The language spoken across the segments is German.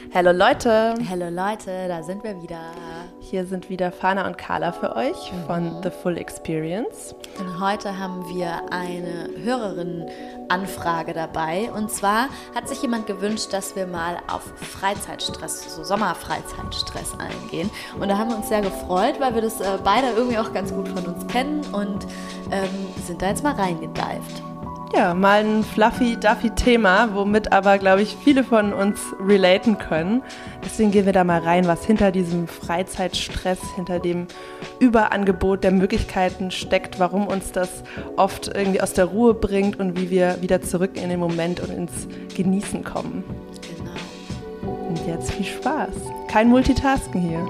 Hallo Leute! Hallo Leute, da sind wir wieder. Hier sind wieder Fana und Carla für euch von The Full Experience. Und heute haben wir eine Hörerinnenanfrage dabei. Und zwar hat sich jemand gewünscht, dass wir mal auf Freizeitstress, so Sommerfreizeitstress eingehen. Und da haben wir uns sehr gefreut, weil wir das beide irgendwie auch ganz gut von uns kennen und sind da jetzt mal reingedived. Ja, mal ein fluffy-duffy-Thema, womit aber, glaube ich, viele von uns relaten können. Deswegen gehen wir da mal rein, was hinter diesem Freizeitstress, hinter dem Überangebot der Möglichkeiten steckt, warum uns das oft irgendwie aus der Ruhe bringt und wie wir wieder zurück in den Moment und ins Genießen kommen. Genau. Und jetzt viel Spaß. Kein Multitasken hier.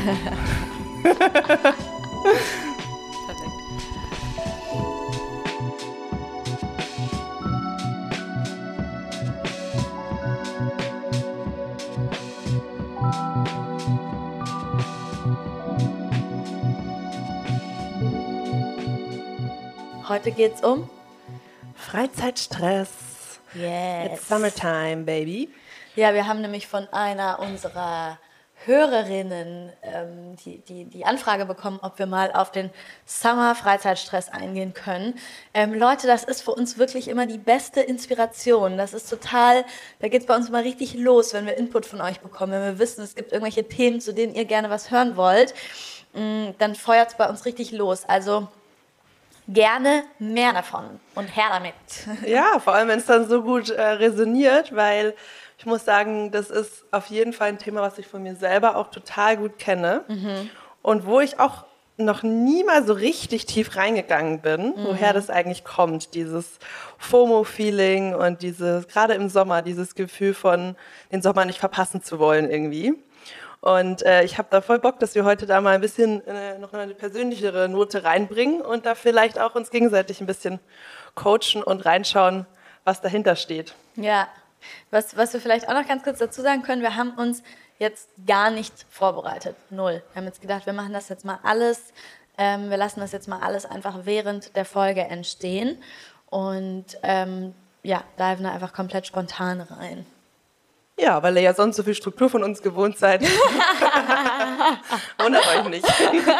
Heute geht's um Freizeitstress. Yes. It's summertime, baby. Ja, wir haben nämlich von einer unserer Hörerinnen die Anfrage bekommen, ob wir mal auf den Summer-Freizeitstress eingehen können. Leute, das ist für uns wirklich immer die beste Inspiration. Das ist total, da geht es bei uns immer richtig los, wenn wir Input von euch bekommen. Wenn wir wissen, es gibt irgendwelche Themen, zu denen ihr gerne was hören wollt, dann feuert es bei uns richtig los. Also gerne mehr davon und her damit. Ja, vor allem, wenn es dann so gut resoniert, weil ich muss sagen, das ist auf jeden Fall ein Thema, was ich von mir selber auch total gut kenne und wo ich auch noch nie mal so richtig tief reingegangen bin, woher das eigentlich kommt, dieses FOMO-Feeling und dieses, gerade im Sommer, dieses Gefühl von den Sommer nicht verpassen zu wollen irgendwie. Und ich habe da voll Bock, dass wir heute da mal ein bisschen noch eine persönlichere Note reinbringen und da vielleicht auch uns gegenseitig ein bisschen coachen und reinschauen, was dahinter steht. Ja, was wir vielleicht auch noch ganz kurz dazu sagen können, wir haben uns jetzt gar nicht vorbereitet, null. Wir haben jetzt gedacht, wir machen das jetzt mal alles, wir lassen das jetzt mal alles einfach während der Folge entstehen und diven da einfach komplett spontan rein. Ja, weil ihr ja sonst so viel Struktur von uns gewohnt seid. Wundert euch nicht.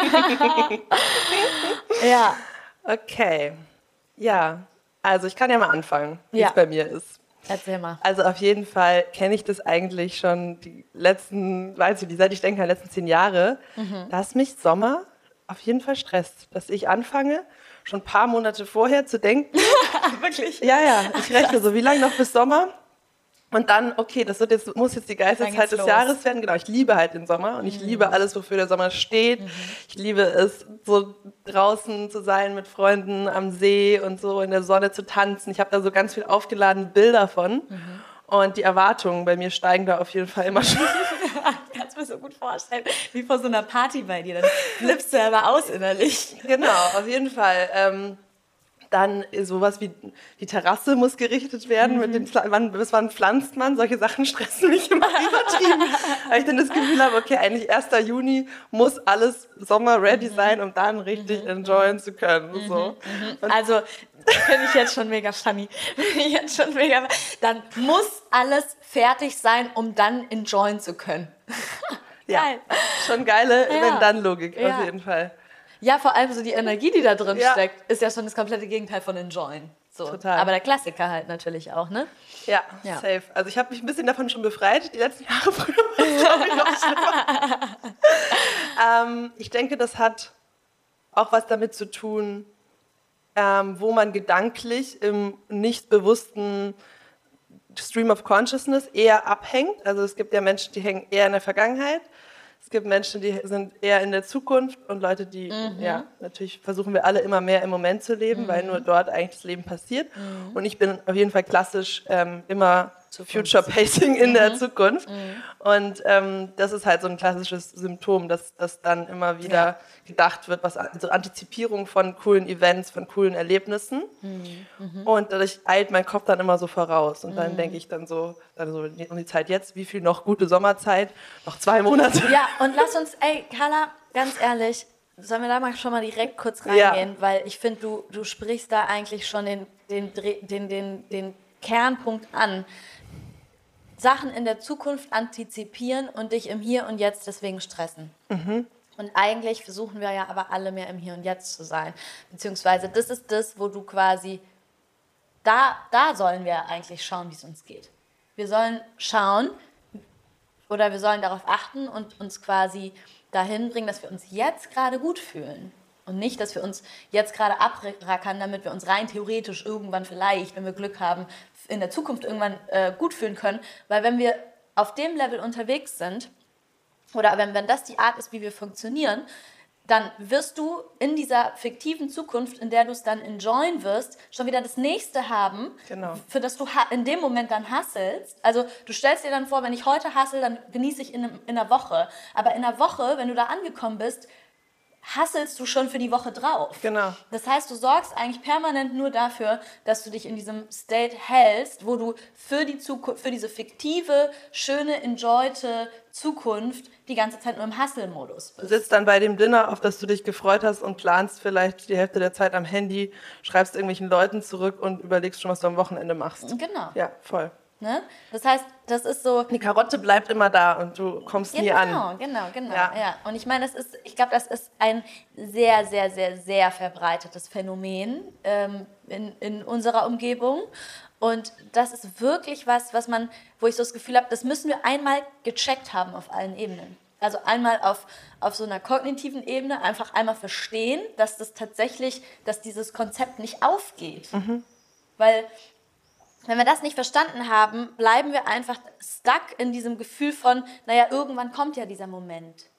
Ja. Okay. Ja, also ich kann ja mal anfangen, wie es bei mir ist. Erzähl mal. Also auf jeden Fall kenne ich das eigentlich schon die letzten, seit ich denke, die letzten 10 Jahre, dass mich Sommer auf jeden Fall stresst. Dass ich anfange, schon ein paar Monate vorher zu denken. Wirklich? Ja, ich rechne so, wie lange noch bis Sommer? Und dann, okay, muss jetzt die geilste Zeit des Jahres werden. Genau, ich liebe halt den Sommer und ich liebe alles, wofür der Sommer steht. Ich liebe es, so draußen zu sein mit Freunden am See und so in der Sonne zu tanzen. Ich habe da so ganz viel aufgeladene Bilder von. Und die Erwartungen bei mir steigen da auf jeden Fall immer schon. Ich kann es mir so gut vorstellen, wie vor so einer Party bei dir. Dann flippst du aber aus innerlich. Genau, auf jeden Fall. Dann sowas wie die Terrasse muss gerichtet werden, bis wann pflanzt man, solche Sachen stressen mich immer übertrieben. Weil ich dann das Gefühl habe, okay, eigentlich 1. Juni muss alles Sommer-ready sein, um dann richtig enjoyen zu können. So. Also, finde ich jetzt schon mega funny. Dann muss alles fertig sein, um dann enjoyen zu können. Ja, Geil. schon geile Wenn-Dann-Logik auf jeden Fall. Ja, vor allem so die Energie, die da drin steckt, ist ja schon das komplette Gegenteil von enjoyen. So. Total. Aber der Klassiker halt natürlich auch, ne? Ja, safe. Also ich habe mich ein bisschen davon schon befreit, die letzten Jahre früher war es, glaube ich, noch schlimmer. Ich denke, das hat auch was damit zu tun, wo man gedanklich im nicht bewussten Stream of Consciousness eher abhängt. Also es gibt ja Menschen, die hängen eher in der Vergangenheit. Es gibt Menschen, die sind eher in der Zukunft und Leute, die, natürlich versuchen wir alle immer mehr im Moment zu leben, weil nur dort eigentlich das Leben passiert. Und ich bin auf jeden Fall klassisch immer Future Pacing in der Zukunft. Und das ist halt so ein klassisches Symptom, dass dann immer wieder gedacht wird, also Antizipierung von coolen Events, von coolen Erlebnissen. Und dadurch eilt mein Kopf dann immer so voraus. Und dann denke ich dann so um die Zeit jetzt, wie viel noch gute Sommerzeit? Noch 2 Monate. Ja, und lass uns, Carla, ganz ehrlich, sollen wir da mal schon mal direkt kurz reingehen? Weil ich finde, du sprichst da eigentlich schon den Kernpunkt an. Sachen in der Zukunft antizipieren und dich im Hier und Jetzt deswegen stressen. Und eigentlich versuchen wir ja aber alle mehr im Hier und Jetzt zu sein. Beziehungsweise das ist das, wo du quasi, da sollen wir eigentlich schauen, wie es uns geht. Wir sollen schauen oder wir sollen darauf achten und uns quasi dahin bringen, dass wir uns jetzt gerade gut fühlen. Und nicht, dass wir uns jetzt gerade abrackern, damit wir uns rein theoretisch irgendwann vielleicht, wenn wir Glück haben, in der Zukunft irgendwann gut fühlen können. Weil wenn wir auf dem Level unterwegs sind, oder wenn das die Art ist, wie wir funktionieren, dann wirst du in dieser fiktiven Zukunft, in der du es dann enjoyen wirst, schon wieder das Nächste haben, für das du in dem Moment dann hustlest. Also du stellst dir dann vor, wenn ich heute hustle, dann genieße ich in einer Woche. Aber in einer Woche, wenn du da angekommen bist, hasselst du schon für die Woche drauf. Genau. Das heißt, du sorgst eigentlich permanent nur dafür, dass du dich in diesem State hältst, wo du für die Zukunft, für diese fiktive, schöne, enjoyte Zukunft die ganze Zeit nur im Hustle-Modus bist. Du sitzt dann bei dem Dinner, auf das du dich gefreut hast und planst vielleicht die Hälfte der Zeit am Handy, schreibst irgendwelchen Leuten zurück und überlegst schon, was du am Wochenende machst. Genau. Ja, voll. Ne? Das heißt, das ist so... Die Karotte bleibt immer da und du kommst nie an. Genau. Ja. Und ich meine, ich glaube, das ist ein sehr, sehr, sehr, sehr verbreitetes Phänomen in unserer Umgebung. Und das ist wirklich was man, wo ich so das Gefühl habe, das müssen wir einmal gecheckt haben auf allen Ebenen. Also einmal auf so einer kognitiven Ebene einfach einmal verstehen, dass dieses Konzept nicht aufgeht. Weil... Wenn wir das nicht verstanden haben, bleiben wir einfach stuck in diesem Gefühl von, naja, irgendwann kommt ja dieser Moment.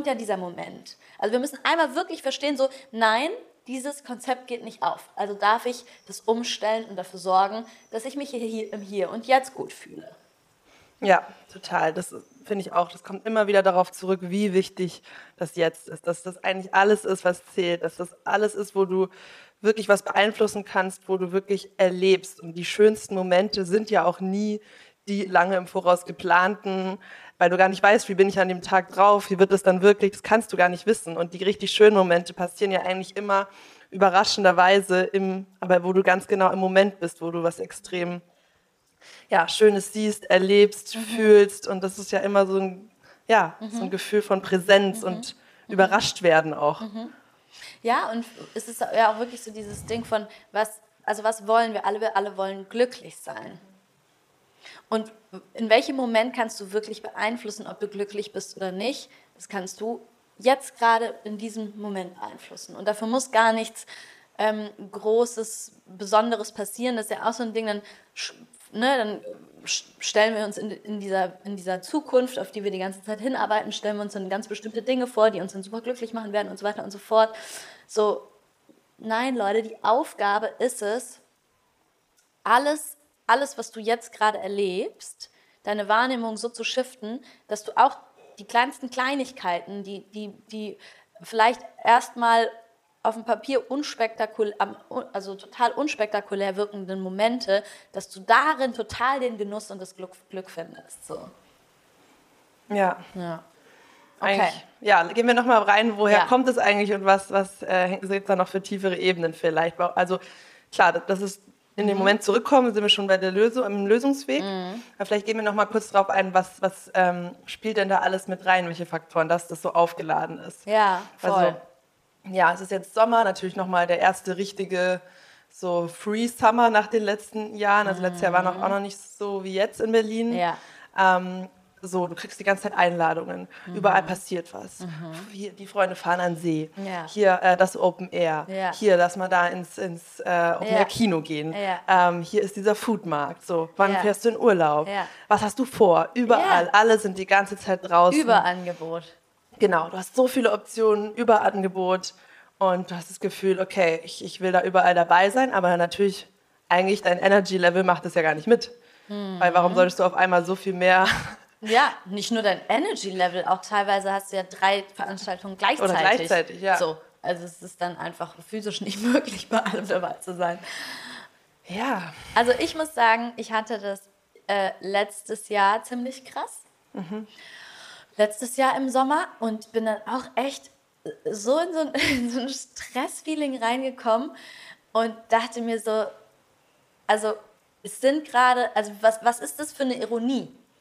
Also wir müssen einmal wirklich verstehen, so, nein, dieses Konzept geht nicht auf. Also darf ich das umstellen und dafür sorgen, dass ich mich hier im Hier und Jetzt gut fühle. Ja, total. Das finde ich auch. Das kommt immer wieder darauf zurück, wie wichtig das Jetzt ist. Dass das eigentlich alles ist, was zählt. Dass das alles ist, wo du wirklich was beeinflussen kannst, wo du wirklich erlebst. Und die schönsten Momente sind ja auch nie die lange im Voraus geplanten, weil du gar nicht weißt, wie bin ich an dem Tag drauf, wie wird es dann wirklich, das kannst du gar nicht wissen. Und die richtig schönen Momente passieren ja eigentlich immer überraschenderweise, aber wo du ganz genau im Moment bist, wo du was extrem Schönes siehst, erlebst, fühlst. Und das ist ja immer so ein Gefühl von Präsenz und überrascht werden auch. Ja, und es ist ja auch wirklich so dieses Ding von, was wollen wir alle? Wir alle wollen glücklich sein. Und in welchem Moment kannst du wirklich beeinflussen, ob du glücklich bist oder nicht? Das kannst du jetzt gerade in diesem Moment beeinflussen. Und dafür muss gar nichts Großes, Besonderes passieren. Das ist ja auch so ein Ding, dann stellen wir uns in dieser Zukunft, auf die wir die ganze Zeit hinarbeiten, stellen wir uns dann ganz bestimmte Dinge vor, die uns dann super glücklich machen werden und so weiter und so fort. So, nein, Leute, die Aufgabe ist es, alles, was du jetzt gerade erlebst, deine Wahrnehmung so zu shiften, dass du auch die kleinsten Kleinigkeiten, die vielleicht erstmal auf dem Papier total unspektakulär wirkenden Momente, dass du darin total den Genuss und das Glück findest. So. Ja. Okay. Gehen wir nochmal rein, woher kommt es eigentlich und was gibt es da noch für tiefere Ebenen vielleicht? Also klar, das ist in dem Moment zurückkommen, sind wir schon bei der im Lösungsweg. Aber vielleicht gehen wir nochmal kurz drauf ein, was spielt denn da alles mit rein, welche Faktoren, dass das so aufgeladen ist. Ja, voll. Also, es ist jetzt Sommer, natürlich nochmal der erste richtige so Free Summer nach den letzten Jahren. Also letztes Jahr war auch noch nicht so wie jetzt in Berlin. Ja. Du kriegst die ganze Zeit Einladungen. Überall passiert was. Hier, die Freunde fahren an den See. Ja. Hier das Open Air. Ja. Hier, lass mal da ins Open Air Kino gehen. Ja. Hier ist dieser Foodmarkt. So, wann Ja. fährst du in Urlaub? Ja. Was hast du vor? Überall. Alle sind die ganze Zeit draußen. Überangebot. Genau, du hast so viele Optionen, Überangebot und du hast das Gefühl, okay, ich will da überall dabei sein, aber natürlich, eigentlich dein Energy-Level macht das ja gar nicht mit. Weil warum solltest du auf einmal so viel mehr... Ja, nicht nur dein Energy-Level, auch teilweise hast du ja 3 Veranstaltungen gleichzeitig. Oder gleichzeitig, ja. So, also es ist dann einfach physisch nicht möglich, bei allem dabei zu sein. Ja. Also ich muss sagen, ich hatte das letztes Jahr ziemlich krass. Letztes Jahr im Sommer und bin dann auch echt so in so ein Stressfeeling reingekommen und dachte mir so, also es sind gerade, also was ist das für eine Ironie?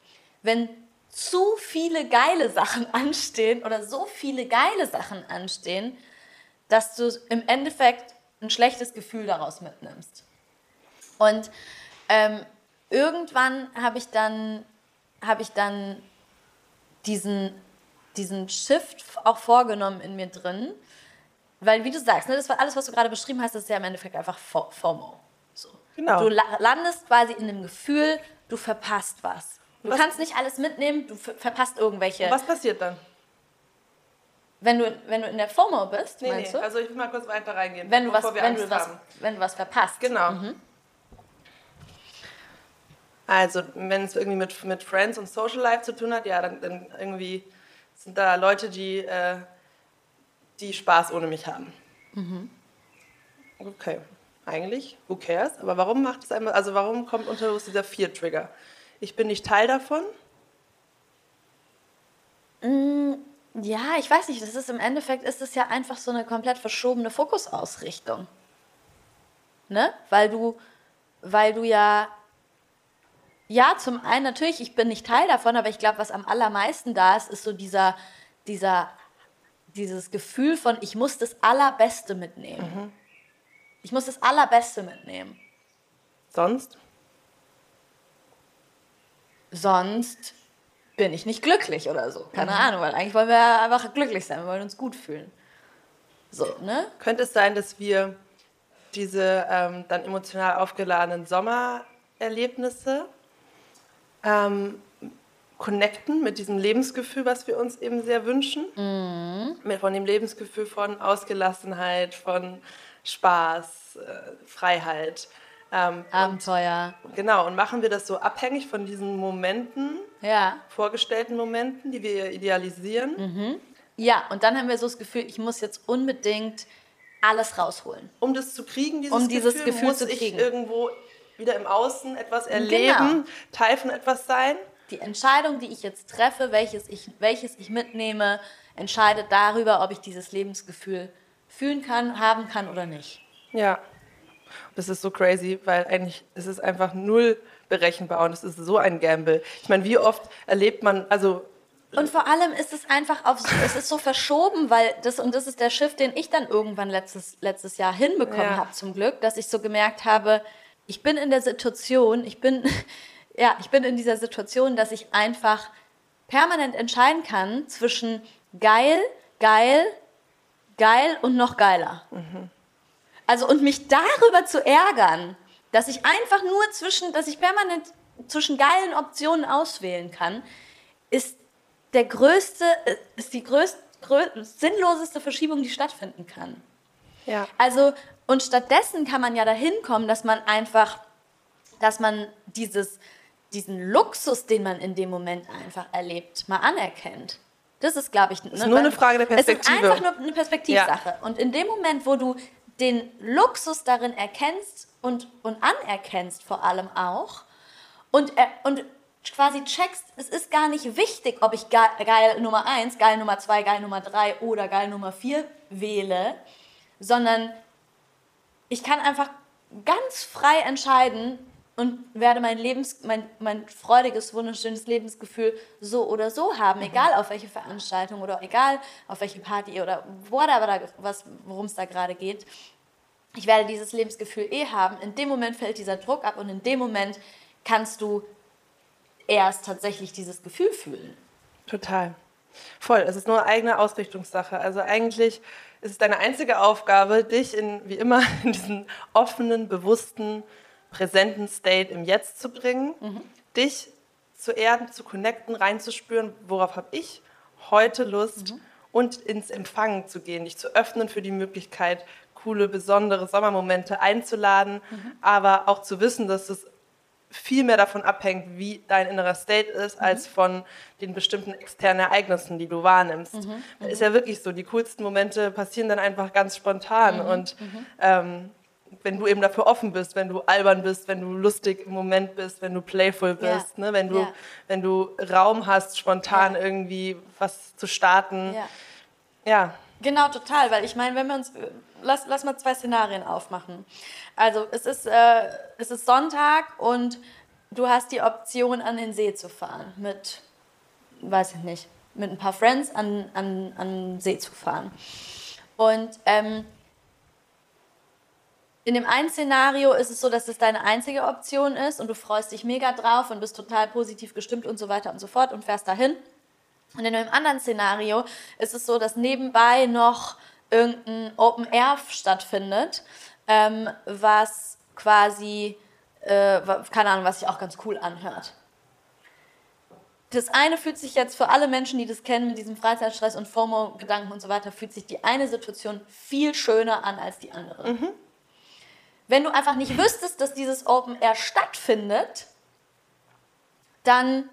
wenn zu viele geile Sachen anstehen oder so viele geile Sachen anstehen, dass du im Endeffekt ein schlechtes Gefühl daraus mitnimmst. Und irgendwann habe ich dann diesen Shift auch vorgenommen in mir drin, weil, wie du sagst, ne, das war alles, was du gerade beschrieben hast, das ist ja im Endeffekt einfach FOMO. So. Genau. Du landest quasi in dem Gefühl, du verpasst was. Du kannst nicht alles mitnehmen, du verpasst irgendwelche... Und was passiert dann? Wenn du in der FOMO bist, meinst du? Also ich will mal kurz weiter reingehen, Wenn du bevor wir Angst haben. Wenn du was verpasst. Genau. Also, wenn es irgendwie mit Friends und Social Life zu tun hat, ja, dann irgendwie sind da Leute, die Spaß ohne mich haben. Okay, eigentlich, who cares? Aber warum macht es einmal, also warum kommt unterbewusst dieser Fear-Trigger? Ich bin nicht Teil davon? Ja, ich weiß nicht, im Endeffekt ist es ja einfach so eine komplett verschobene Fokusausrichtung. Ne? Weil du ja, zum einen natürlich, ich bin nicht Teil davon, aber ich glaube, was am allermeisten da ist, ist so dieses Gefühl von, ich muss das Allerbeste mitnehmen. Ich muss das Allerbeste mitnehmen. Sonst bin ich nicht glücklich oder so. Keine Ahnung, weil eigentlich wollen wir ja einfach glücklich sein, wir wollen uns gut fühlen. So, ne? Könnte es sein, dass wir diese dann emotional aufgeladenen Sommererlebnisse connecten mit diesem Lebensgefühl, was wir uns eben sehr wünschen? Von dem Lebensgefühl von Ausgelassenheit, von Spaß, Freiheit. Abenteuer. Genau, und machen wir das so abhängig von diesen Momenten, Ja. vorgestellten Momenten, die wir idealisieren? Ja, und dann haben wir so das Gefühl, ich muss jetzt unbedingt alles rausholen. Um das zu kriegen, dieses Gefühl muss zu ich kriegen. irgendwo wieder im Außen etwas erleben, Teil von etwas sein. Die Entscheidung, die ich jetzt treffe, welches ich mitnehme, entscheidet darüber, ob ich dieses Lebensgefühl fühlen kann, haben kann oder nicht. Ja, das ist so crazy, weil eigentlich ist es einfach null berechenbar und es ist so ein Gamble. Ich meine, wie oft erlebt man, und vor allem ist es einfach es ist so verschoben, weil das ist der Shift, den ich dann irgendwann letztes Jahr hinbekommen habe, zum Glück, dass ich so gemerkt habe, ich bin in dieser Situation, dass ich einfach permanent entscheiden kann zwischen geil, geil, geil und noch geiler. Also, und mich darüber zu ärgern, dass ich einfach nur dass ich permanent zwischen geilen Optionen auswählen kann, ist die sinnloseste Verschiebung, die stattfinden kann. ja. Also, und stattdessen kann man ja dahin kommen, dass man diesen Luxus, den man in dem Moment einfach erlebt, mal anerkennt. Das ist, glaube ich... Das ist nur eine Frage der Perspektive. Es ist einfach nur eine Perspektivsache. Ja. Und in dem Moment, wo du den Luxus darin erkennst und anerkennst vor allem auch und quasi checkst, es ist gar nicht wichtig, ob ich geil Nummer 1, geil Nummer 2, geil Nummer 3 oder geil Nummer 4 wähle, sondern ich kann einfach ganz frei entscheiden und werde mein freudiges, wunderschönes Lebensgefühl so oder so haben, egal auf welche Veranstaltung oder egal auf welche Party oder worum es da gerade geht. Ich werde dieses Lebensgefühl haben. In dem Moment fällt dieser Druck ab und in dem Moment kannst du erst tatsächlich dieses Gefühl fühlen. Total. Voll. Es ist nur eigene Ausrichtungssache. Also eigentlich ist es deine einzige Aufgabe, dich wie immer in diesen offenen, bewussten, präsenten State im Jetzt zu bringen, dich zu erden, zu connecten, reinzuspüren, worauf habe ich heute Lust und ins Empfangen zu gehen, dich zu öffnen für die Möglichkeit, coole, besondere Sommermomente einzuladen, aber auch zu wissen, dass es viel mehr davon abhängt, wie dein innerer State ist, als von den bestimmten externen Ereignissen, die du wahrnimmst. Ist ja wirklich so, die coolsten Momente passieren dann einfach ganz spontan und wenn du eben dafür offen bist, wenn du albern bist, wenn du lustig im Moment bist, wenn du playful bist, ne, wenn du Raum hast, spontan irgendwie was zu starten. Ja. Genau, total, weil ich meine, wenn wir uns, lass mal 2 Szenarien aufmachen. Also es ist Sonntag und du hast die Option, an den See zu fahren mit, weiß ich nicht, mit ein paar Friends an den See zu fahren. Und in dem einen Szenario ist es so, dass es deine einzige Option ist und du freust dich mega drauf und bist total positiv gestimmt und so weiter und so fort und fährst dahin. Und in einem anderen Szenario ist es so, dass nebenbei noch irgendein Open Air stattfindet, was quasi, keine Ahnung, was sich auch ganz cool anhört. Das eine fühlt sich jetzt für alle Menschen, die das kennen, mit diesem Freizeitstress und FOMO-Gedanken und so weiter, fühlt sich die eine Situation viel schöner an als die andere. Mhm. Wenn du einfach nicht wüsstest, dass dieses Open Air stattfindet, dann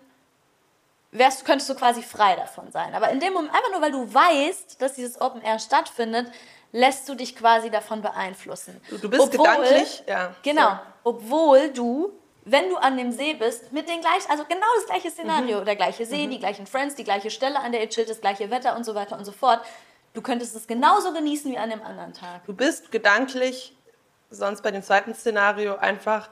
könntest du quasi frei davon sein. Aber in dem Moment, einfach nur weil du weißt, dass dieses Open Air stattfindet, lässt du dich quasi davon beeinflussen. Du bist gedanklich, ja. Genau, so. Obwohl du, wenn du an dem See bist, mit den gleichen, also genau das gleiche Szenario, der gleiche See, die gleichen Friends, die gleiche Stelle, an der ihr chillt, das gleiche Wetter und so weiter und so fort, du könntest es genauso genießen wie an dem anderen Tag. Du bist gedanklich, sonst bei dem zweiten Szenario, einfach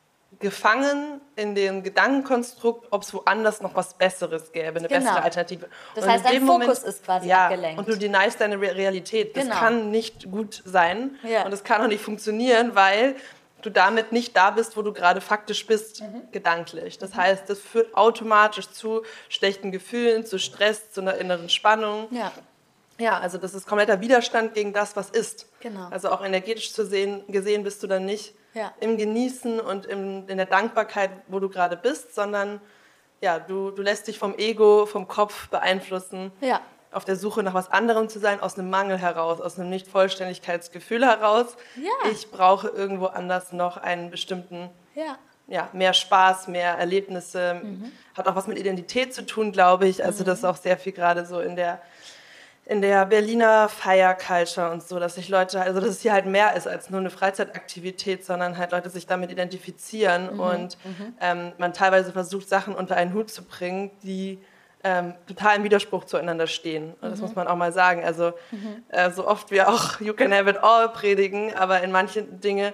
gefangen in dem Gedankenkonstrukt, ob es woanders noch was Besseres gäbe, eine bessere Alternative. Das heißt, dein Fokus ist quasi abgelenkt. Und du denyst deine Realität. Das kann nicht gut sein und das kann auch nicht funktionieren, weil du damit nicht da bist, wo du gerade faktisch bist, gedanklich. Das heißt, das führt automatisch zu schlechten Gefühlen, zu Stress, zu einer inneren Spannung. Ja, also das ist kompletter Widerstand gegen das, was ist. Genau. Also auch energetisch gesehen bist du dann nicht im Genießen und in der Dankbarkeit, wo du gerade bist, sondern ja, du lässt dich vom Ego, vom Kopf beeinflussen, auf der Suche nach was anderem zu sein, aus einem Mangel heraus, aus einem Nicht-Vollständigkeitsgefühl heraus. Ja. Ich brauche irgendwo anders noch einen bestimmten, mehr Spaß, mehr Erlebnisse. Hat auch was mit Identität zu tun, glaube ich. Also das ist auch sehr viel gerade so in der Berliner Fire-Culture und so, dass sich Leute, also dass es hier halt mehr ist als nur eine Freizeitaktivität, sondern halt Leute sich damit identifizieren und man teilweise versucht, Sachen unter einen Hut zu bringen, die total im Widerspruch zueinander stehen. Und das muss man auch mal sagen. Also so oft wir auch You can have it all predigen, aber in manche Dinge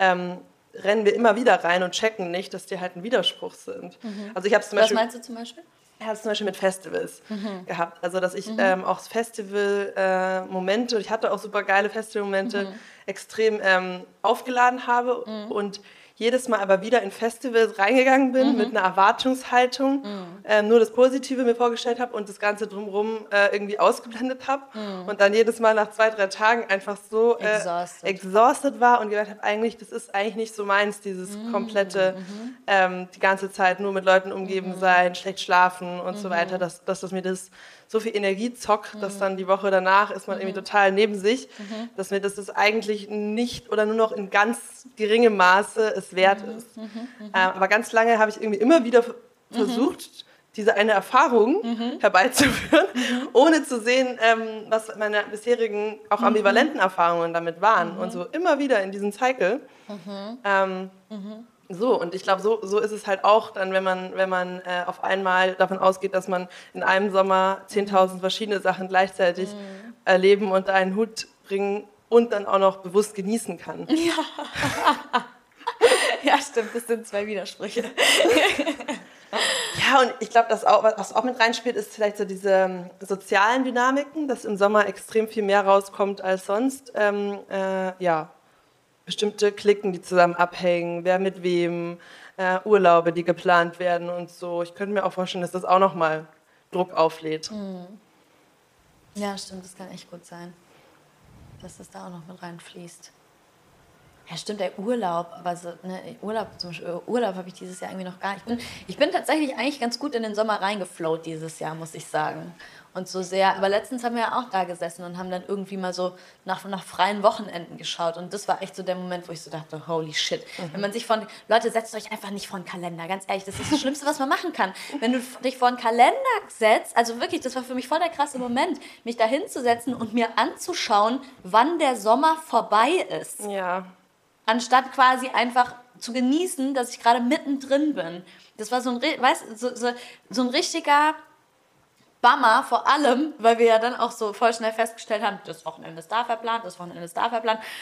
rennen wir immer wieder rein und checken nicht, dass die halt ein Widerspruch sind. Also ich hab's zum Beispiel, was meinst du zum Beispiel? Ich habe es zum Beispiel mit Festivals gehabt. Also, dass ich auch Festival-Momente, ich hatte auch super geile Festival-Momente, extrem aufgeladen habe und jedes Mal aber wieder in Festivals reingegangen bin mit einer Erwartungshaltung, nur das Positive mir vorgestellt habe und das Ganze drumherum irgendwie ausgeblendet habe und dann jedes Mal nach 2-3 Tagen einfach so exhausted war und gedacht habe, eigentlich, das ist eigentlich nicht so meins, dieses komplette, die ganze Zeit nur mit Leuten umgeben sein, schlecht schlafen und so weiter, dass mir das so viel Energie zockt, dass dann die Woche danach ist man irgendwie total neben sich, dass mir das eigentlich nicht oder nur noch in ganz geringem Maße es wert ist. Aber ganz lange habe ich irgendwie immer wieder versucht, diese eine Erfahrung herbeizuführen, ohne zu sehen, was meine bisherigen, auch ambivalenten Erfahrungen damit waren. Und so immer wieder in diesen Cycle. So, und ich glaube, so ist es halt auch dann, wenn man auf einmal davon ausgeht, dass man in einem Sommer 10.000 verschiedene Sachen gleichzeitig erleben und einen Hut bringen und dann auch noch bewusst genießen kann. Ja, stimmt, das sind 2 Widersprüche. Ja, und ich glaube, was auch mit reinspielt, ist vielleicht so diese sozialen Dynamiken, dass im Sommer extrem viel mehr rauskommt als sonst. Bestimmte Cliquen, die zusammen abhängen, wer mit wem, Urlaube, die geplant werden und so. Ich könnte mir auch vorstellen, dass das auch nochmal Druck auflädt. Ja, stimmt, das kann echt gut sein, dass das da auch noch mit reinfließt. Ja, stimmt, der Urlaub, aber so, Urlaub habe ich dieses Jahr irgendwie noch gar nicht. Ich bin tatsächlich eigentlich ganz gut in den Sommer reingeflowt dieses Jahr, muss ich sagen. Und so sehr, aber letztens haben wir ja auch da gesessen und haben dann irgendwie mal so nach freien Wochenenden geschaut. Und das war echt so der Moment, wo ich so dachte, holy shit. Wenn man sich Leute, setzt euch einfach nicht vor einen Kalender, ganz ehrlich, das ist das Schlimmste, was man machen kann. Wenn du dich vor einen Kalender setzt, also wirklich, das war für mich voll der krasse Moment, mich da hinzusetzen und mir anzuschauen, wann der Sommer vorbei ist. Ja. Anstatt quasi einfach zu genießen, dass ich gerade mittendrin bin. Das war so ein richtiger Bummer, vor allem, weil wir ja dann auch so voll schnell festgestellt haben, das Wochenende ist da verplant, das Wochenende ist da verplant.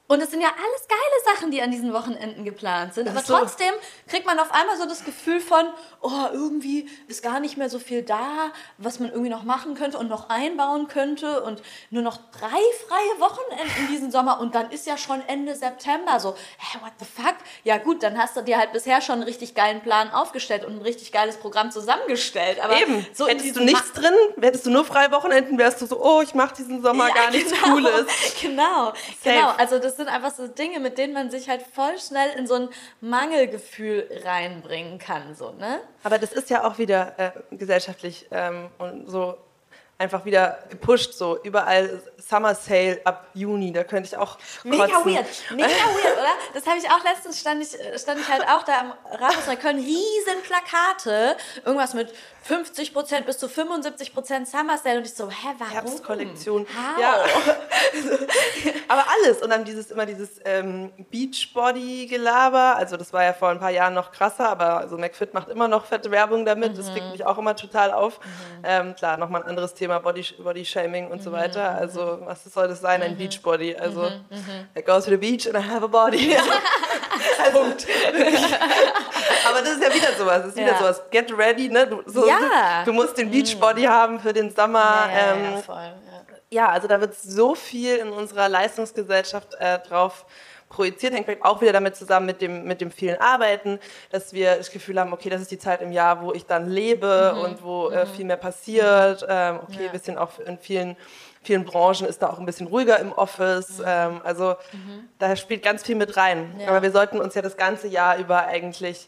Und es sind ja alles geile Sachen, die an diesen Wochenenden geplant sind. Aber trotzdem kriegt man auf einmal so das Gefühl von, oh, irgendwie ist gar nicht mehr so viel da, was man irgendwie noch machen könnte und noch einbauen könnte. Und nur noch 3 freie Wochenenden diesen Sommer. Und dann ist ja schon Ende September so, hä, what the fuck? Ja gut, dann hast du dir halt bisher schon einen richtig geilen Plan aufgestellt und ein richtig geiles Programm zusammengestellt. Aber eben, so hättest du nichts drin, hättest du nur freie Wochenenden, wärst du so, oh, ich mache diesen Sommer gar nichts Cooles. Genau. Also das sind einfach so Dinge, mit denen man sich halt voll schnell in so ein Mangelgefühl reinbringen kann, so, ne? Aber das ist ja auch wieder gesellschaftlich und so einfach wieder gepusht, so überall Summer Sale ab Juni, da könnte ich auch kotzen. Mega weird, oder? Das habe ich auch letztens, stand ich halt auch da am Rathaus Neukölln, riesen Plakate, irgendwas mit 50% bis zu 75% Summer Sale und ich so, hä, warum? Herbstkollektion. How? Ja. Aber alles und dann immer dieses Beachbody-Gelaber, also das war ja vor ein paar Jahren noch krasser, aber also McFit macht immer noch fette Werbung damit, das regt mich auch immer total auf. Klar, nochmal ein anderes Thema, Body-Shaming und so weiter, also was soll das sein, ein Beachbody, also I go to the beach and I have a body. Also, aber das ist ja wieder sowas, get ready, ne? Du musst den Beachbody haben für den Sommer. Ja, voll. Ja, also da wird so viel in unserer Leistungsgesellschaft drauf projiziert, hängt vielleicht auch wieder damit zusammen mit dem vielen Arbeiten, dass wir das Gefühl haben, okay, das ist die Zeit im Jahr, wo ich dann lebe und wo viel mehr passiert. Ein bisschen auch in vielen Branchen ist da auch ein bisschen ruhiger im Office. Da spielt ganz viel mit rein. Ja. Aber wir sollten uns ja das ganze Jahr über eigentlich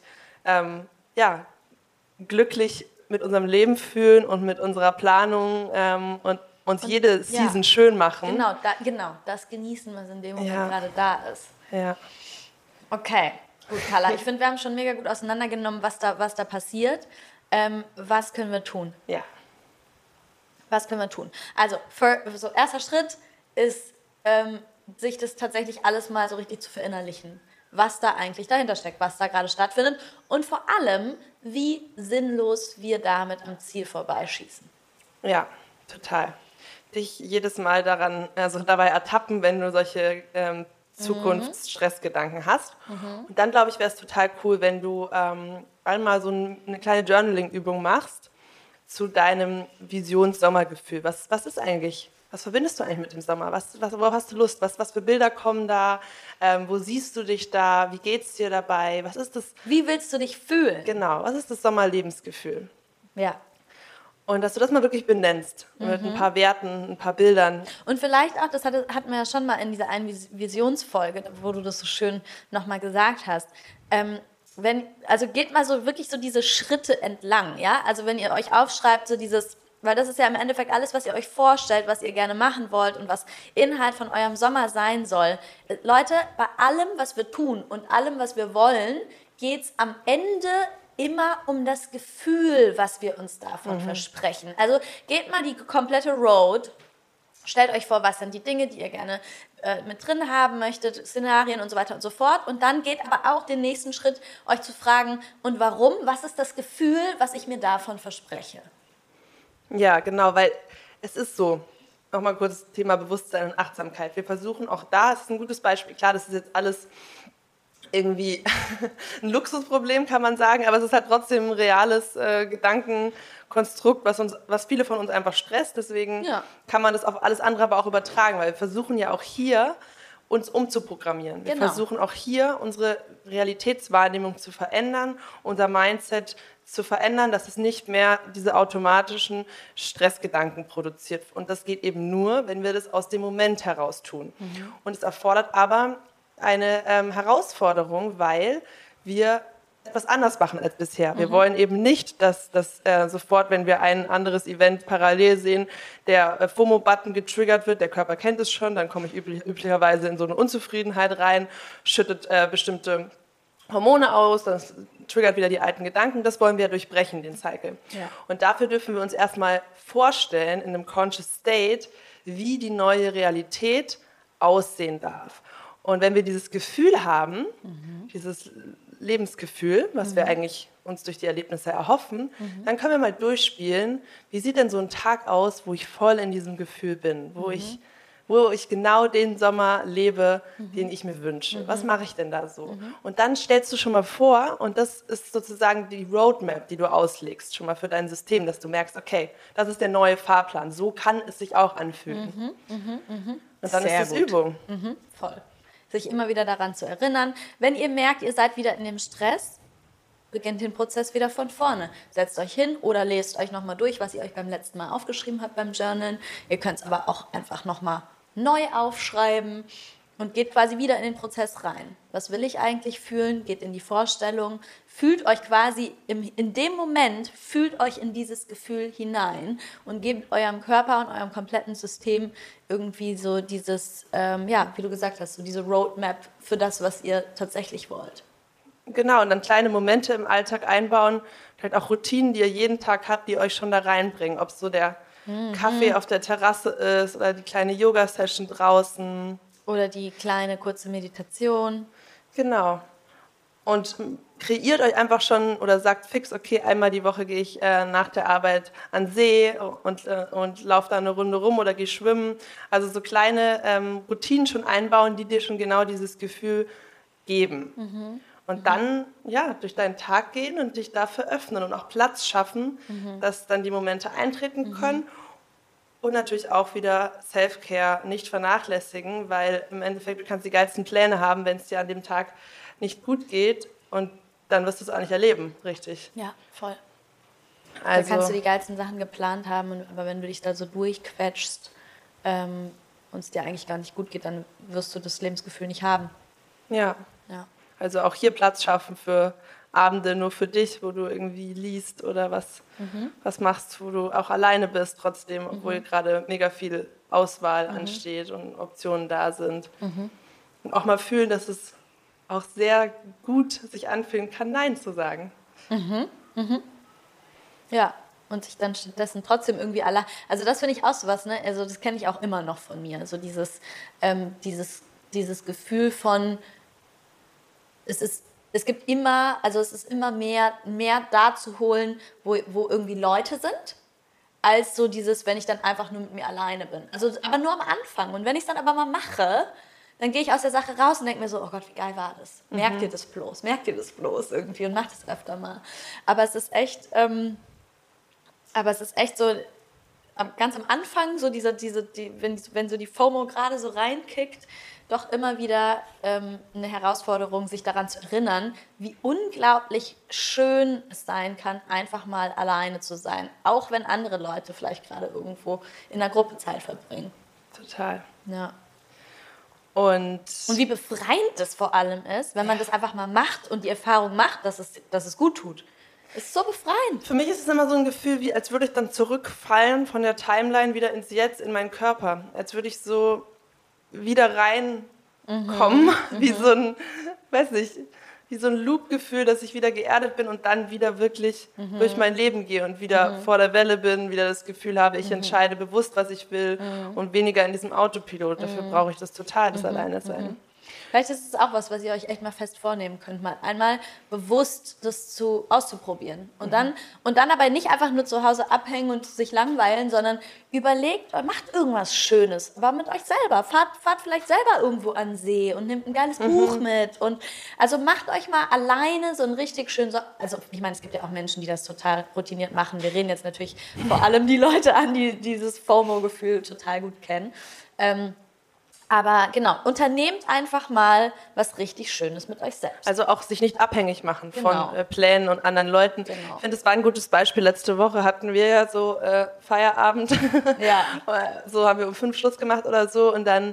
glücklich mit unserem Leben fühlen und mit unserer Planung und uns jede Season schön machen. Genau, das genießen, was in dem Moment gerade da ist. Ja. Okay, gut, Carla. Ich finde, wir haben schon mega gut auseinandergenommen, was da passiert. Was können wir tun? Ja. Was können wir tun? Also, so erster Schritt ist, sich das tatsächlich alles mal so richtig zu verinnerlichen. Was da eigentlich dahinter steckt, was da gerade stattfindet und vor allem, wie sinnlos wir damit am Ziel vorbeischießen. Ja, total. Dich jedes Mal dabei ertappen, wenn du solche Zukunftsstressgedanken hast. Und dann, glaube ich, wäre es total cool, wenn du einmal so eine kleine Journaling-Übung machst zu deinem Visions-Sommergefühl. Was ist eigentlich, was verbindest du eigentlich mit dem Sommer? Worauf hast du Lust? Was für Bilder kommen da? Wo siehst du dich da? Wie geht's dir dabei? Was ist das? Wie willst du dich fühlen? Genau, was ist das Sommerlebensgefühl? Ja. Und dass du das mal wirklich benennst, mit ein paar Werten, ein paar Bildern. Und vielleicht auch, das hatten wir ja schon mal in dieser einen Visionsfolge, wo du das so schön nochmal gesagt hast, geht mal so wirklich so diese Schritte entlang, ja? Also wenn ihr euch aufschreibt, so dieses, weil das ist ja im Endeffekt alles, was ihr euch vorstellt, was ihr gerne machen wollt und was Inhalt von eurem Sommer sein soll. Leute, bei allem, was wir tun und allem, was wir wollen, geht es am Ende immer um das Gefühl, was wir uns davon versprechen. Also geht mal die komplette Road, stellt euch vor, was sind die Dinge, die ihr gerne mit drin haben möchtet, Szenarien und so weiter und so fort. Und dann geht aber auch den nächsten Schritt, euch zu fragen, und warum? Was ist das Gefühl, was ich mir davon verspreche? Ja, genau, weil es ist so, nochmal kurz das Thema Bewusstsein und Achtsamkeit. Wir versuchen auch da, es ist ein gutes Beispiel, klar, das ist jetzt alles irgendwie ein Luxusproblem, kann man sagen, aber es ist halt trotzdem ein reales Gedankenkonstrukt, was viele von uns einfach stresst. Deswegen kann man das auf alles andere aber auch übertragen, weil wir versuchen ja auch hier, uns umzuprogrammieren. Wir versuchen auch hier, unsere Realitätswahrnehmung zu verändern, unser Mindset zu verändern, dass es nicht mehr diese automatischen Stressgedanken produziert. Und das geht eben nur, wenn wir das aus dem Moment heraus tun. Und es erfordert aber eine Herausforderung, weil wir etwas anders machen als bisher. Wir wollen eben nicht, dass sofort, wenn wir ein anderes Event parallel sehen, der FOMO-Button getriggert wird, der Körper kennt es schon, dann komme ich üblicherweise in so eine Unzufriedenheit rein, schüttet bestimmte Hormone aus, das triggert wieder die alten Gedanken, das wollen wir durchbrechen, den Cycle. Ja. Und dafür dürfen wir uns erstmal vorstellen, in einem Conscious State, wie die neue Realität aussehen darf. Und wenn wir dieses Gefühl haben, dieses Lebensgefühl, was wir eigentlich uns durch die Erlebnisse erhoffen, dann können wir mal durchspielen, wie sieht denn so ein Tag aus, wo ich voll in diesem Gefühl bin, wo ich wo ich genau den Sommer lebe, den ich mir wünsche. Was mache ich denn da so? Und dann stellst du schon mal vor, und das ist sozusagen die Roadmap, die du auslegst, schon mal für dein System, dass du merkst, okay, das ist der neue Fahrplan, so kann es sich auch anfühlen. Und dann Sehr ist das gut. Übung. Voll. Sich immer wieder daran zu erinnern. Wenn ihr merkt, ihr seid wieder in dem Stress, beginnt den Prozess wieder von vorne. Setzt euch hin oder lest euch nochmal durch, was ihr euch beim letzten Mal aufgeschrieben habt beim Journalen. Ihr könnt es aber auch einfach nochmal neu aufschreiben und geht quasi wieder in den Prozess rein. Was will ich eigentlich fühlen? Geht in die Vorstellung. Fühlt euch quasi in dem Moment, fühlt euch in dieses Gefühl hinein und gebt eurem Körper und eurem kompletten System irgendwie so dieses, wie du gesagt hast, so diese Roadmap für das, was ihr tatsächlich wollt. Genau, und dann kleine Momente im Alltag einbauen, vielleicht auch Routinen, die ihr jeden Tag habt, die euch schon da reinbringen. Ob es so der Kaffee auf der Terrasse ist oder die kleine Yoga-Session draußen. Oder die kleine kurze Meditation. Genau. Und kreiert euch einfach schon oder sagt fix, okay, einmal die Woche gehe ich nach der Arbeit an den See und laufe da eine Runde rum oder gehe schwimmen. Also so kleine Routinen schon einbauen, die dir schon genau dieses Gefühl geben. Und dann durch deinen Tag gehen und dich dafür öffnen und auch Platz schaffen, dass dann die Momente eintreten können. Und natürlich auch wieder Self-Care nicht vernachlässigen, weil im Endeffekt du kannst die geilsten Pläne haben, wenn es dir an dem Tag nicht gut geht und dann wirst du es auch nicht erleben, richtig. Ja, voll. Also, da kannst du die geilsten Sachen geplant haben, aber wenn du dich da so durchquetschst und es dir eigentlich gar nicht gut geht, dann wirst du das Lebensgefühl nicht haben. Ja. Also auch hier Platz schaffen für Abende nur für dich, wo du irgendwie liest oder was machst, wo du auch alleine bist trotzdem, obwohl gerade mega viel Auswahl ansteht und Optionen da sind. Und auch mal fühlen, dass es auch sehr gut sich anfühlen kann, Nein zu sagen. Ja, und sich dann stattdessen trotzdem irgendwie also das finde ich auch so was, ne? Also das kenne ich auch immer noch von mir, so dieses Gefühl von es ist immer mehr da zu holen, wo irgendwie Leute sind, als so dieses, wenn ich dann einfach nur mit mir alleine bin. Also, aber nur am Anfang. Und wenn ich es dann aber mal mache, dann gehe ich aus der Sache raus und denke mir so, oh Gott, wie geil war das? Merkt ihr das bloß irgendwie und macht es öfter mal. Aber es ist echt so, ganz am Anfang, so wenn so die FOMO gerade so reinkickt, doch immer wieder eine Herausforderung, sich daran zu erinnern, wie unglaublich schön es sein kann, einfach mal alleine zu sein. Auch wenn andere Leute vielleicht gerade irgendwo in einer Gruppe Zeit verbringen. Total. Ja. Und wie befreiend das vor allem ist, wenn man das einfach mal macht und die Erfahrung macht, dass es gut tut. Es ist so befreiend. Für mich ist es immer so ein Gefühl, wie als würde ich dann zurückfallen von der Timeline wieder ins Jetzt, in meinen Körper. Als würde ich so wieder reinkommen, wie so ein, wie so ein Loop-Gefühl, dass ich wieder geerdet bin und dann wieder wirklich durch mein Leben gehe und wieder vor der Welle bin, wieder das Gefühl habe, ich entscheide bewusst, was ich will und weniger in diesem Autopilot. Dafür brauche ich das total, das Alleine-Sein. Vielleicht ist es auch was ihr euch echt mal fest vornehmen könnt, mal einmal bewusst das auszuprobieren. Und dann aber nicht einfach nur zu Hause abhängen und sich langweilen, sondern überlegt, macht irgendwas Schönes, aber mit euch selber. Fahrt vielleicht selber irgendwo an den See und nehmt ein geiles Buch mit. Und also macht euch mal alleine so ein richtig schön, also ich meine, es gibt ja auch Menschen, die das total routiniert machen. Wir reden jetzt natürlich vor allem die Leute an, die dieses FOMO-Gefühl total gut kennen. Aber genau, unternehmt einfach mal was richtig Schönes mit euch selbst. Also auch sich nicht abhängig machen von Plänen und anderen Leuten. Genau. Ich finde, das war ein gutes Beispiel. Letzte Woche hatten wir ja so Feierabend. Ja. So haben wir um 5 Schluss gemacht oder so. Und dann,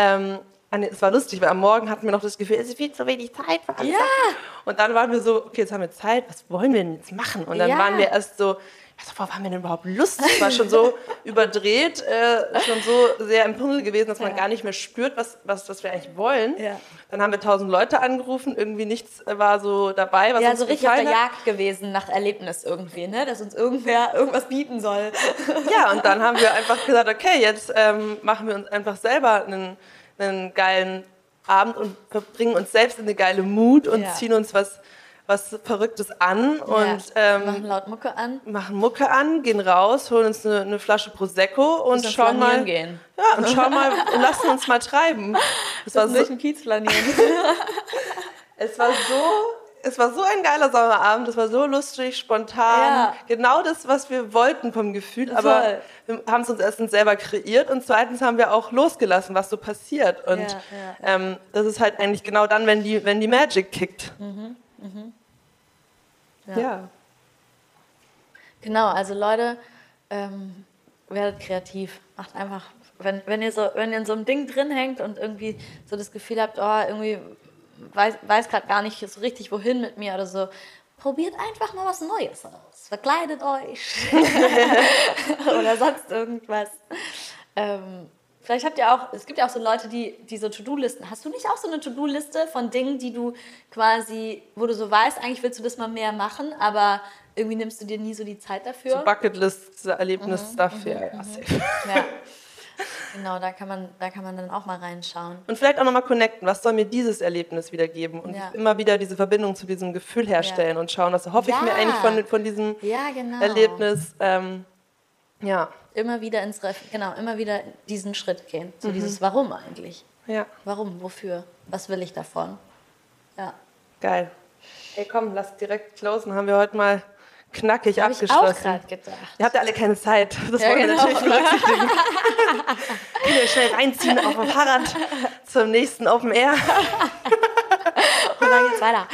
es war lustig, weil am Morgen hatten wir noch das Gefühl, es ist viel zu wenig Zeit für alles. Ja. Und dann waren wir so, okay, jetzt haben wir Zeit, was wollen wir denn jetzt machen? Und dann waren wir erst so, worauf haben wir denn überhaupt Lust? Es war schon so überdreht, schon so sehr im Tunnel gewesen, dass man gar nicht mehr spürt, was wir eigentlich wollen. Ja. Dann haben wir 1000 Leute angerufen, irgendwie nichts war so dabei, was uns so richtig auf der Jagd gewesen nach Erlebnis irgendwie, ne? Dass uns irgendwer irgendwas bieten soll. Ja, und dann haben wir einfach gesagt, okay, jetzt machen wir uns einfach selber einen geilen Abend und bringen uns selbst in eine geile Mut und ziehen uns was was Verrücktes an und machen laut Mucke an. Machen Mucke an, gehen raus, holen uns eine Flasche Prosecco und schauen mal. Gehen. Ja, und schauen mal und lassen uns mal treiben. Das war so ein Kiez flanieren. Es war so ein geiler Sommerabend, es war so lustig, spontan, genau das, was wir wollten vom Gefühl, aber wir haben es uns erstens selber kreiert und zweitens haben wir auch losgelassen, was so passiert und das ist halt eigentlich genau dann, wenn die Magic kickt. Ja. Genau, also Leute, werdet kreativ, macht einfach, wenn ihr in so einem Ding drin hängt und irgendwie so das Gefühl habt, irgendwie weiß gerade gar nicht so richtig, wohin mit mir oder so. Probiert einfach mal was Neues aus. Verkleidet euch. Oder sonst irgendwas. Vielleicht habt ihr auch, es gibt ja auch so Leute, die so To-Do-Listen. Hast du nicht auch so eine To-Do-Liste von Dingen, die du quasi, wo du so weißt, eigentlich willst du das mal mehr machen, aber irgendwie nimmst du dir nie so die Zeit dafür? So Bucketlist, Erlebnis-Stuff, safe. Ja. Genau, da kann man dann auch mal reinschauen. Und vielleicht auch nochmal connecten, was soll mir dieses Erlebnis wiedergeben? Und immer wieder diese Verbindung zu diesem Gefühl herstellen und schauen, was hoffe ich mir eigentlich von diesem Erlebnis. Immer wieder diesen Schritt gehen. So dieses Warum eigentlich? Ja. Warum? Wofür? Was will ich davon? Ja. Geil. Hey, komm, lass direkt closen. Haben wir heute mal knackig abgeschlossen. Habe ich auch gerade gedacht. Ihr habt ja alle keine Zeit. Das wollen wir natürlich berücksichtigen. Könnt ihr schnell reinziehen auf dem Fahrrad zum nächsten Open Air. Und dann geht's weiter.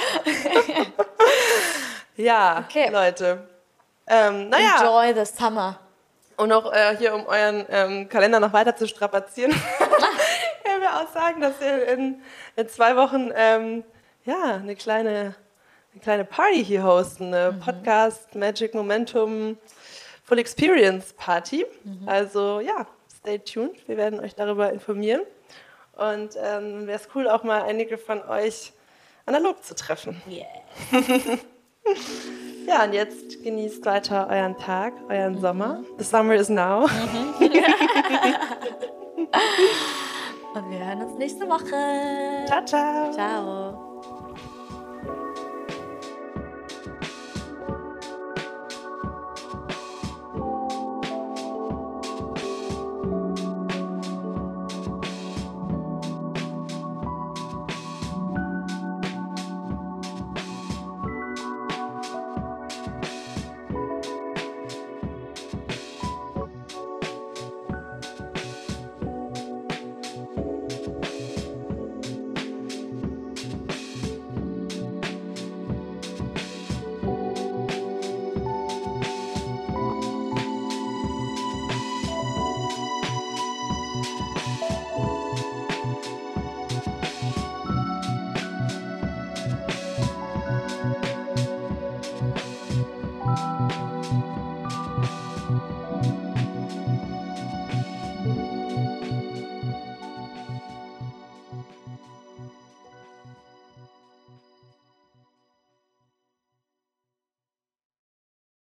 Ja, okay. Leute. Enjoy the summer. Und auch hier, um euren Kalender noch weiter zu strapazieren, können wir auch sagen, dass wir in 2 Wochen eine kleine Party hier hosten, eine Podcast Magic Momentum Full Experience Party. Also stay tuned, wir werden euch darüber informieren. Und wäre es cool, auch mal einige von euch analog zu treffen. Yeah. Ja, und jetzt genießt weiter euren Tag, euren Sommer. The summer is now. Und wir hören uns nächste Woche. Ciao, ciao. Ciao.